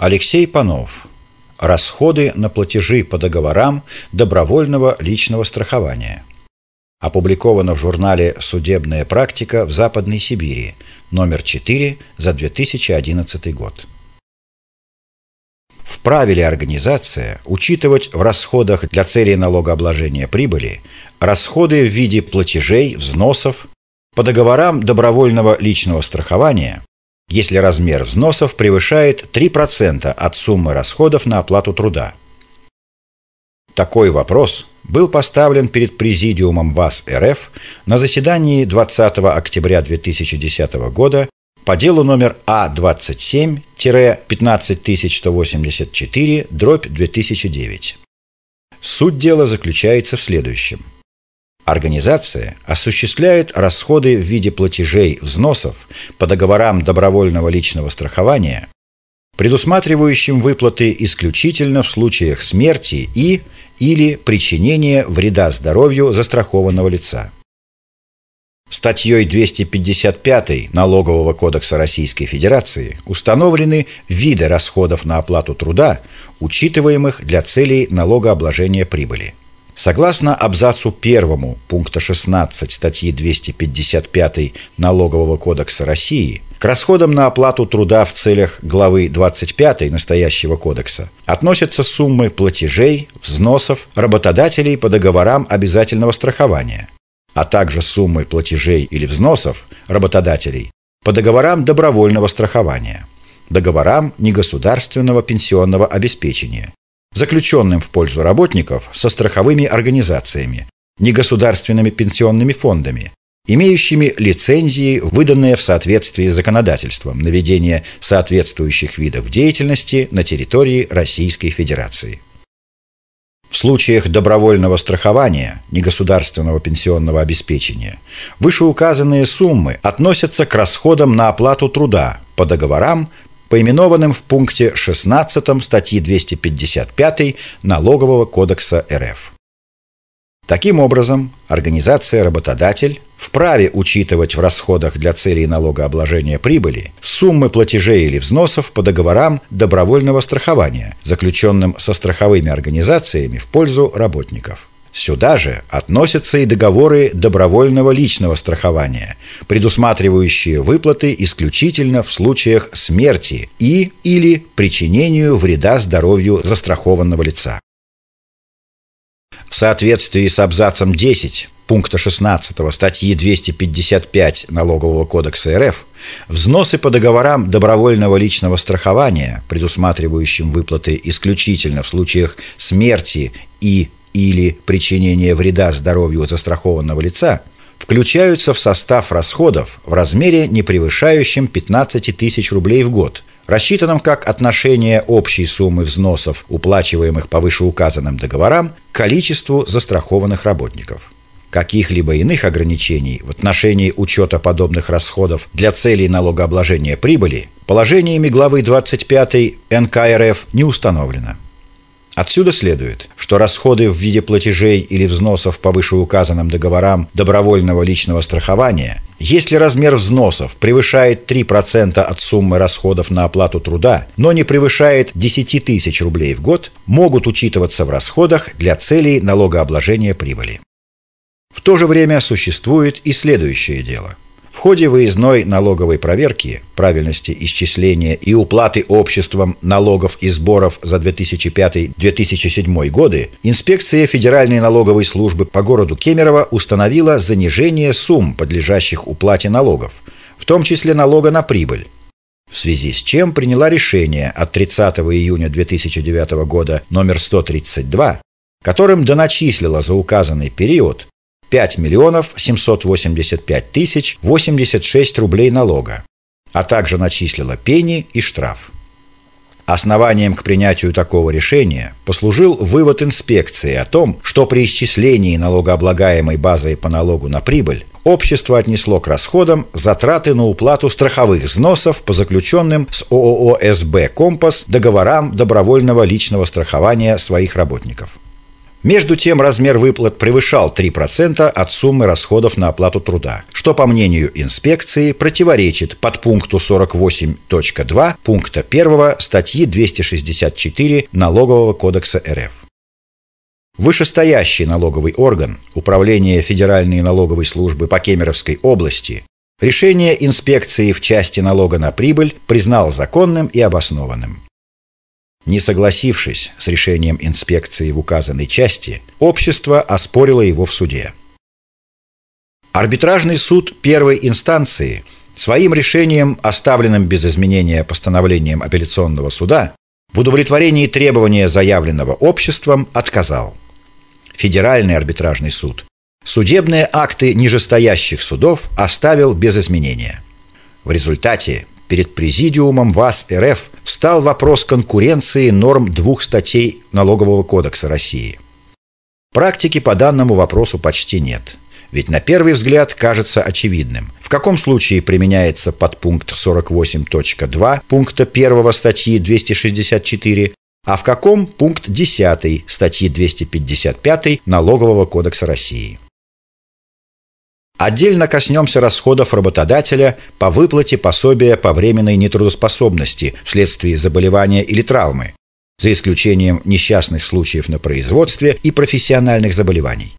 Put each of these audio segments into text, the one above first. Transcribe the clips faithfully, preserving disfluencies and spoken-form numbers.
Алексей Панов. Расходы на платежи по договорам добровольного личного страхования. Опубликовано в журнале «Судебная практика в Западной Сибири», номер четыре за две тысячи одиннадцатый год. Вправе ли организация учитывать в расходах для целей налогообложения прибыли расходы в виде платежей, взносов по договорам добровольного личного страхования, если размер взносов превышает три процента от суммы расходов на оплату труда? Такой вопрос был поставлен перед Президиумом ВАС РФ на заседании двадцатого октября две тысячи десятого года по делу номер А двадцать семь пятнадцать тысяч сто восемьдесят четыре дробь две тысячи девять. Суть дела заключается в следующем. Организация осуществляет расходы в виде платежей, взносов по договорам добровольного личного страхования, предусматривающим выплаты исключительно в случаях смерти и или причинения вреда здоровью застрахованного лица. Статьей двести пятьдесят пять Налогового кодекса Российской Федерации установлены виды расходов на оплату труда, учитываемых для целей налогообложения прибыли. Согласно абзацу первому пункта шестнадцать статьи двести пятьдесят пять Налогового кодекса России, к расходам на оплату труда в целях главы двадцать пятой настоящего кодекса относятся суммы платежей, взносов работодателей по договорам обязательного страхования, а также суммы платежей или взносов работодателей по договорам добровольного страхования, договорам негосударственного пенсионного обеспечения, заключенным в пользу работников со страховыми организациями, негосударственными пенсионными фондами, имеющими лицензии, выданные в соответствии с законодательством на ведение соответствующих видов деятельности на территории Российской Федерации. В случаях добровольного страхования, негосударственного пенсионного обеспечения, вышеуказанные суммы относятся к расходам на оплату труда по договорам, поименованным в пункте шестнадцатом статьи двести пятьдесят пять Налогового кодекса РФ. Таким образом, организация-работодатель вправе учитывать в расходах для целей налогообложения прибыли суммы платежей или взносов по договорам добровольного страхования, заключенным со страховыми организациями в пользу работников. Сюда же относятся и договоры добровольного личного страхования, предусматривающие выплаты исключительно в случаях смерти и или причинению вреда здоровью застрахованного лица. В соответствии с абзацем десять пункта шестнадцатого статьи двести пятьдесят пять Налогового кодекса РФ взносы по договорам добровольного личного страхования, предусматривающим выплаты исключительно в случаях смерти и или причинения вреда здоровью застрахованного лица, включаются в состав расходов в размере, не превышающем пятнадцати тысяч рублей в год, рассчитанном как отношение общей суммы взносов, уплачиваемых по вышеуказанным договорам, к количеству застрахованных работников. Каких-либо иных ограничений в отношении учета подобных расходов для целей налогообложения прибыли положениями главы двадцать пятой эн ка эр эф не установлено. Отсюда следует, что расходы в виде платежей или взносов по вышеуказанным договорам добровольного личного страхования, если размер взносов превышает три процента от суммы расходов на оплату труда, но не превышает десяти тысяч рублей в год, могут учитываться в расходах для целей налогообложения прибыли. В то же время существует и следующее дело. В ходе выездной налоговой проверки правильности исчисления и уплаты обществом налогов и сборов за две тысячи пятый — две тысячи седьмой годы инспекция Федеральной налоговой службы по городу Кемерово установила занижение сумм, подлежащих уплате налогов, в том числе налога на прибыль, в связи с чем приняла решение от тридцатого июня две тысячи девятого года номер сто тридцать два, которым доначислила за указанный период пять миллионов семьсот восемьдесят пять тысяч восемьдесят шесть рублей налога, а также начислила пени и штраф. Основанием к принятию такого решения послужил вывод инспекции о том, что при исчислении налогооблагаемой базой по налогу на прибыль общество отнесло к расходам затраты на уплату страховых взносов по заключенным с о о о эс бэ «Компас» договорам добровольного личного страхования своих работников. Между тем, размер выплат превышал три процента от суммы расходов на оплату труда, что, по мнению инспекции, противоречит подпункту сорок восемь точка два пункта первого статьи двести шестьдесят четыре Налогового кодекса эр эф. Вышестоящий налоговый орган, Управление Федеральной налоговой службы по Кемеровской области, решение инспекции в части налога на прибыль признал законным и обоснованным. Не согласившись с решением инспекции в указанной части, общество оспорило его в суде. Арбитражный суд первой инстанции своим решением, оставленным без изменения постановлением апелляционного суда, в удовлетворении требования, заявленного обществом, отказал. Федеральный арбитражный суд судебные акты нижестоящих судов оставил без изменения. В результате перед Президиумом ВАС эр эф встал вопрос конкуренции норм двух статей Налогового кодекса России. Практики по данному вопросу почти нет, ведь на первый взгляд кажется очевидным, в каком случае применяется подпункт сорок восемь точка два пункта первого статьи двести шестьдесят четыре, а в каком пункт десятый статьи двести пятьдесят пять Налогового кодекса России. Отдельно коснемся расходов работодателя по выплате пособия по временной нетрудоспособности вследствие заболевания или травмы, за исключением несчастных случаев на производстве и профессиональных заболеваний.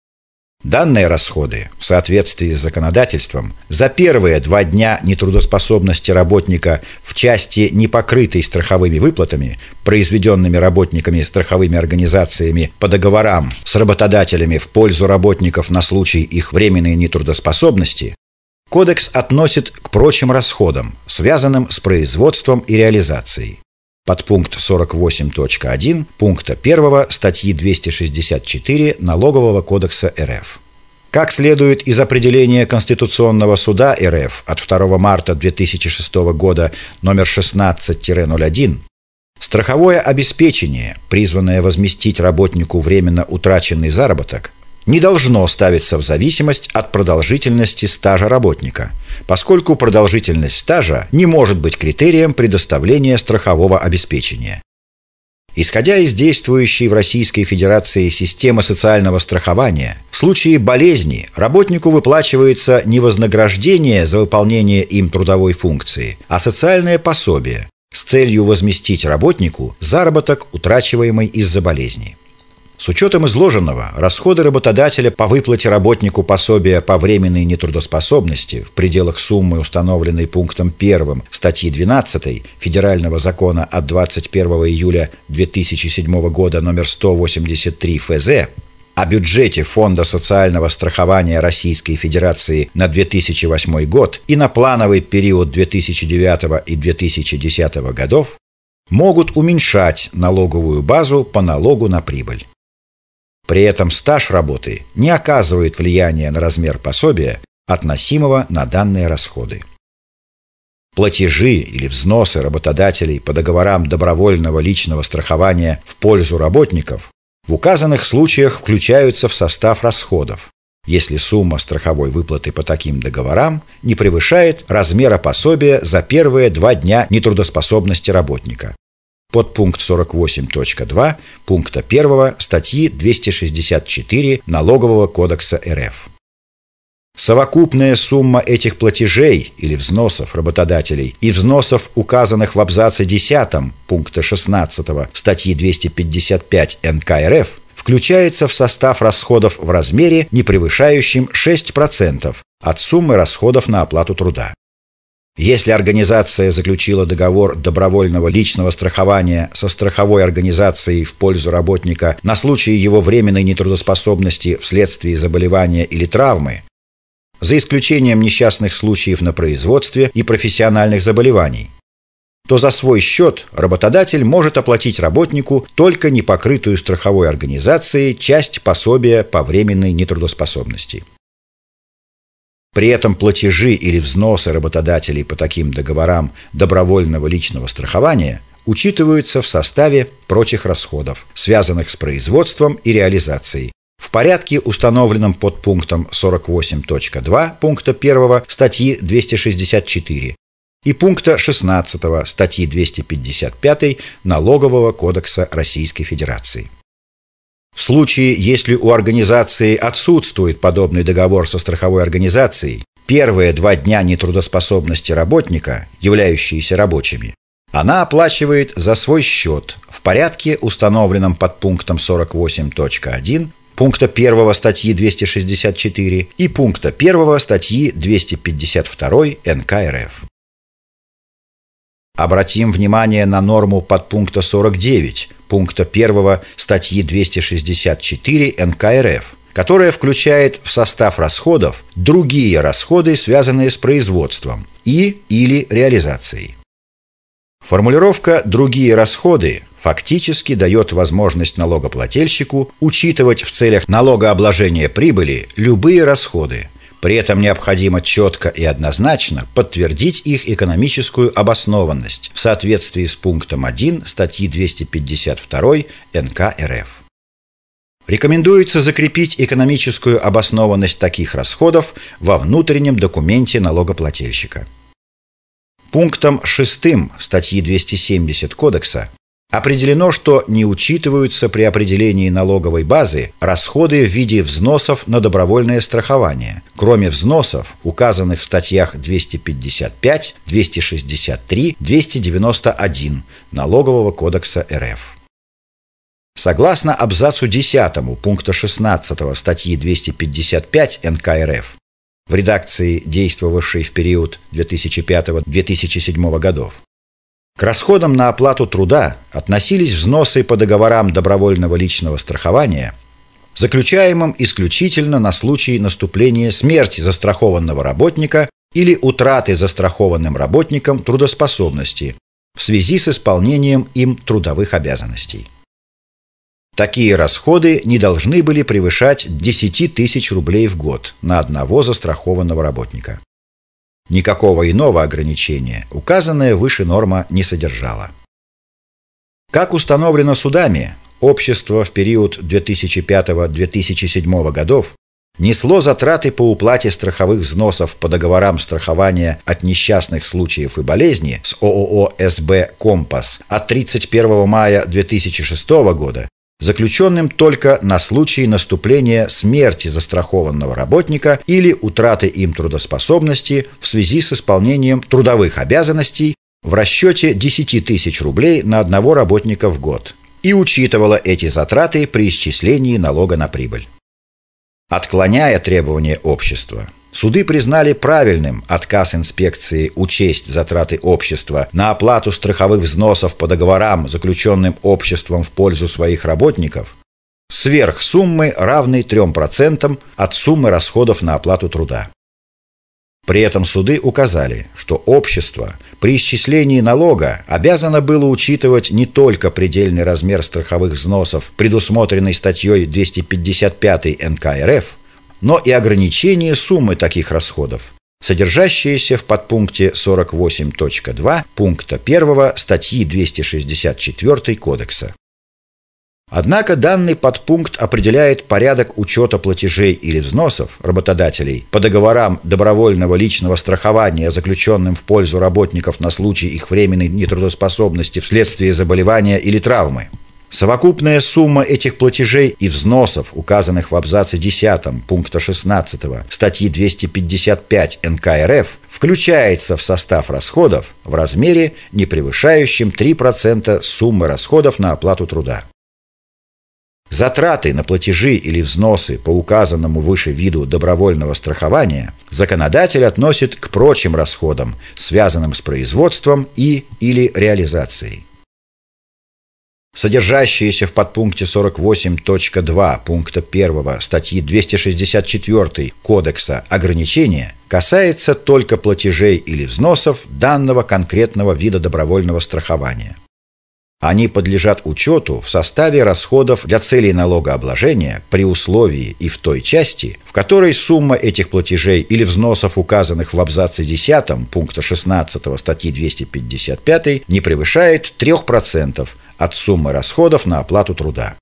Данные расходы в соответствии с законодательством за первые два дня нетрудоспособности работника в части, не покрытой страховыми выплатами, произведенными работниками страховыми организациями по договорам с работодателями в пользу работников на случай их временной нетрудоспособности, Кодекс относит к прочим расходам, связанным с производством и реализацией. Подпункт сорок восемь точка один пункта первого статьи двести шестьдесят четыре Налогового кодекса эр эф. Как следует из определения Конституционного суда эр эф от второго марта две тысячи шестого года номер шестнадцать ноль один, страховое обеспечение, призванное возместить работнику временно утраченный заработок, не должно ставиться в зависимость от продолжительности стажа работника, поскольку продолжительность стажа не может быть критерием предоставления страхового обеспечения. Исходя из действующей в Российской Федерации системы социального страхования, в случае болезни работнику выплачивается не вознаграждение за выполнение им трудовой функции, а социальное пособие с целью возместить работнику заработок, утрачиваемый из-за болезни. С учетом изложенного, расходы работодателя по выплате работнику пособия по временной нетрудоспособности в пределах суммы, установленной пунктом первым статьи двенадцатой Федерального закона от двадцать первого июля две тысячи седьмого года номер сто восемьдесят три эф зэ о бюджете Фонда социального страхования Российской Федерации на две тысячи восьмой год и на плановый период две тысячи девятого и две тысячи десятого годов могут уменьшать налоговую базу по налогу на прибыль. При этом стаж работы не оказывает влияния на размер пособия, относимого на данные расходы. Платежи или взносы работодателей по договорам добровольного личного страхования в пользу работников в указанных случаях включаются в состав расходов, если сумма страховой выплаты по таким договорам не превышает размера пособия за первые два дня нетрудоспособности работника. Подпункт сорок восемь точка два пункта первого статьи двести шестьдесят четыре Налогового кодекса эр эф. Совокупная сумма этих платежей или взносов работодателей и взносов, указанных в абзаце десятом пункта шестнадцатого статьи двести пятьдесят пять эн ка эр эф, включается в состав расходов в размере, не превышающем шесть процентов от суммы расходов на оплату труда. Если организация заключила договор добровольного личного страхования со страховой организацией в пользу работника на случай его временной нетрудоспособности вследствие заболевания или травмы, за исключением несчастных случаев на производстве и профессиональных заболеваний, то за свой счет работодатель может оплатить работнику только непокрытую страховой организацией часть пособия по временной нетрудоспособности. При этом платежи или взносы работодателей по таким договорам добровольного личного страхования учитываются в составе прочих расходов, связанных с производством и реализацией, в порядке, установленном под пунктом сорок восемь точка два пункта первого статьи двести шестьдесят четыре и пункта шестнадцатого статьи двести пятьдесят пять Налогового кодекса Российской Федерации. В случае, если у организации отсутствует подобный договор со страховой организацией, первые два дня нетрудоспособности работника, являющиеся рабочими, она оплачивает за свой счет в порядке, установленном под пунктом сорок восемь точка один пункта первого статьи двести шестьдесят четыре и пункта первого статьи двести пятьдесят два эн ка эр эф. Обратим внимание на норму подпункта сорок девять пункта первого статьи двести шестьдесят четыре эн ка эр эф, которая включает в состав расходов другие расходы, связанные с производством и или реализацией. Формулировка «другие расходы» фактически дает возможность налогоплательщику учитывать в целях налогообложения прибыли любые расходы. При этом необходимо четко и однозначно подтвердить их экономическую обоснованность в соответствии с пунктом один статьи двести пятьдесят два эн ка эр эф. Рекомендуется закрепить экономическую обоснованность таких расходов во внутреннем документе налогоплательщика. Пунктом шестым статьи двести семьдесят Кодекса определено, что не учитываются при определении налоговой базы расходы в виде взносов на добровольное страхование, кроме взносов, указанных в статьях двести пятьдесят пять, двести шестьдесят три, двести девяносто один Налогового кодекса эр эф. Согласно абзацу десятому пункта шестнадцатого статьи двести пятьдесят пять эн ка эр эф, в редакции, действовавшей в период две тысячи пятого — две тысячи седьмого годов, к расходам на оплату труда относились взносы по договорам добровольного личного страхования, заключаемым исключительно на случай наступления смерти застрахованного работника или утраты застрахованным работником трудоспособности в связи с исполнением им трудовых обязанностей. Такие расходы не должны были превышать десять тысяч рублей в год на одного застрахованного работника. Никакого иного ограничения указанная выше норма не содержала. Как установлено судами, общество в период две тысячи пятого — две тысячи седьмого годов несло затраты по уплате страховых взносов по договорам страхования от несчастных случаев и болезни с о о о эс бэ «Компас» от тридцать первого мая две тысячи шестого года, заключенным только на случай наступления смерти застрахованного работника или утраты им трудоспособности в связи с исполнением трудовых обязанностей в расчете десять тысяч рублей на одного работника в год и учитывала эти затраты при исчислении налога на прибыль. Отклоняя требования общества, суды признали правильным отказ инспекции учесть затраты общества на оплату страховых взносов по договорам, заключенным обществом в пользу своих работников, сверх суммы, равной трем процентам от суммы расходов на оплату труда. При этом суды указали, что общество при исчислении налога обязано было учитывать не только предельный размер страховых взносов, предусмотренный статьей двести пятьдесят пять эн ка эр эф, но и ограничение суммы таких расходов, содержащиеся в подпункте сорок восемь точка два пункта первого статьи двести шестьдесят четыре Кодекса. Однако данный подпункт определяет порядок учета платежей или взносов работодателей по договорам добровольного личного страхования, заключенным в пользу работников на случай их временной нетрудоспособности вследствие заболевания или травмы. Совокупная сумма этих платежей и взносов, указанных в абзаце десятом пункта шестнадцатого статьи двести пятьдесят пять эн ка эр эф, включается в состав расходов в размере, не превышающем три процента суммы расходов на оплату труда. Затраты на платежи или взносы по указанному выше виду добровольного страхования законодатель относит к прочим расходам, связанным с производством и или реализацией. Содержащиеся в подпункте сорок восемь точка два пункта первого статьи двести шестьдесят четыре Кодекса ограничения касается только платежей или взносов данного конкретного вида добровольного страхования. Они подлежат учету в составе расходов для целей налогообложения при условии и в той части, в которой сумма этих платежей или взносов, указанных в абзаце десятом пункта шестнадцатого статьи двести пятьдесят пять, не превышает трех процентов от суммы расходов на оплату труда.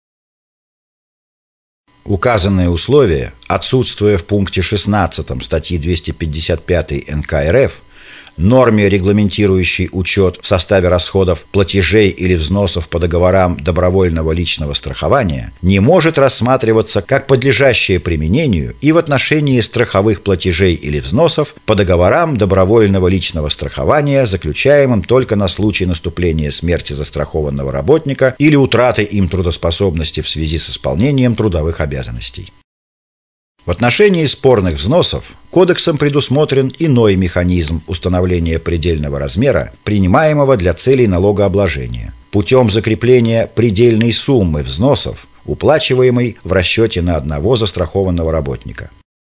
Указанные условия, отсутствуя в пункте шестнадцатом статьи двести пятьдесят пять эн ка эр эф, норме, регламентирующей учет в составе расходов платежей или взносов по договорам добровольного личного страхования, не может рассматриваться как подлежащее применению и в отношении страховых платежей или взносов по договорам добровольного личного страхования, заключаемым только на случай наступления смерти застрахованного работника или утраты им трудоспособности в связи с исполнением трудовых обязанностей. В отношении спорных взносов Кодексом предусмотрен иной механизм установления предельного размера, принимаемого для целей налогообложения, путем закрепления предельной суммы взносов, уплачиваемой в расчете на одного застрахованного работника.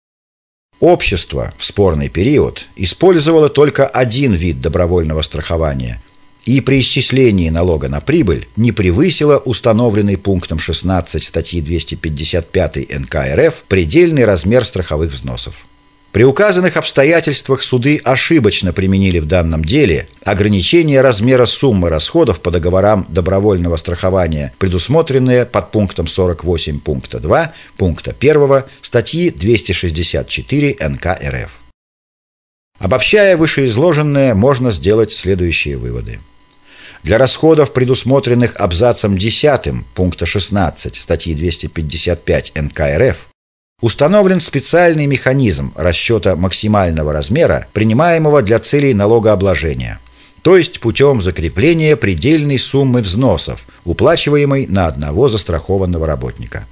Общество в спорный период использовало только один вид добровольного страхования и при исчислении налога на прибыль не превысило установленный пунктом шестнадцать статьи двести пятьдесят пять эн ка эр эф предельный размер страховых взносов. При указанных обстоятельствах суды ошибочно применили в данном деле ограничение размера суммы расходов по договорам добровольного страхования, предусмотренные под пунктом сорок восемь пункта два пункта первого статьи двести шестьдесят четыре эн ка эр эф. Обобщая вышеизложенное, можно сделать следующие выводы. Для расходов, предусмотренных абзацем десятым пункта шестнадцать статьи двести пятьдесят пять эн ка эр эф, установлен специальный механизм расчета максимального размера, принимаемого для целей налогообложения, то есть путем закрепления предельной суммы взносов, уплачиваемой на одного застрахованного работника.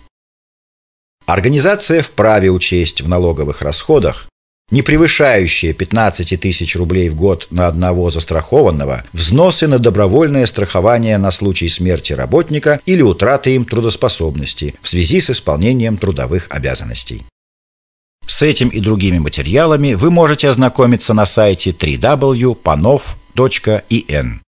Организация вправе учесть в налоговых расходах не превышающие пятнадцать тысяч рублей в год на одного застрахованного, взносы на добровольное страхование на случай смерти работника или утраты им трудоспособности в связи с исполнением трудовых обязанностей. С этим и другими материалами вы можете ознакомиться на сайте дабл ю дабл ю дабл ю точка панов точка ин.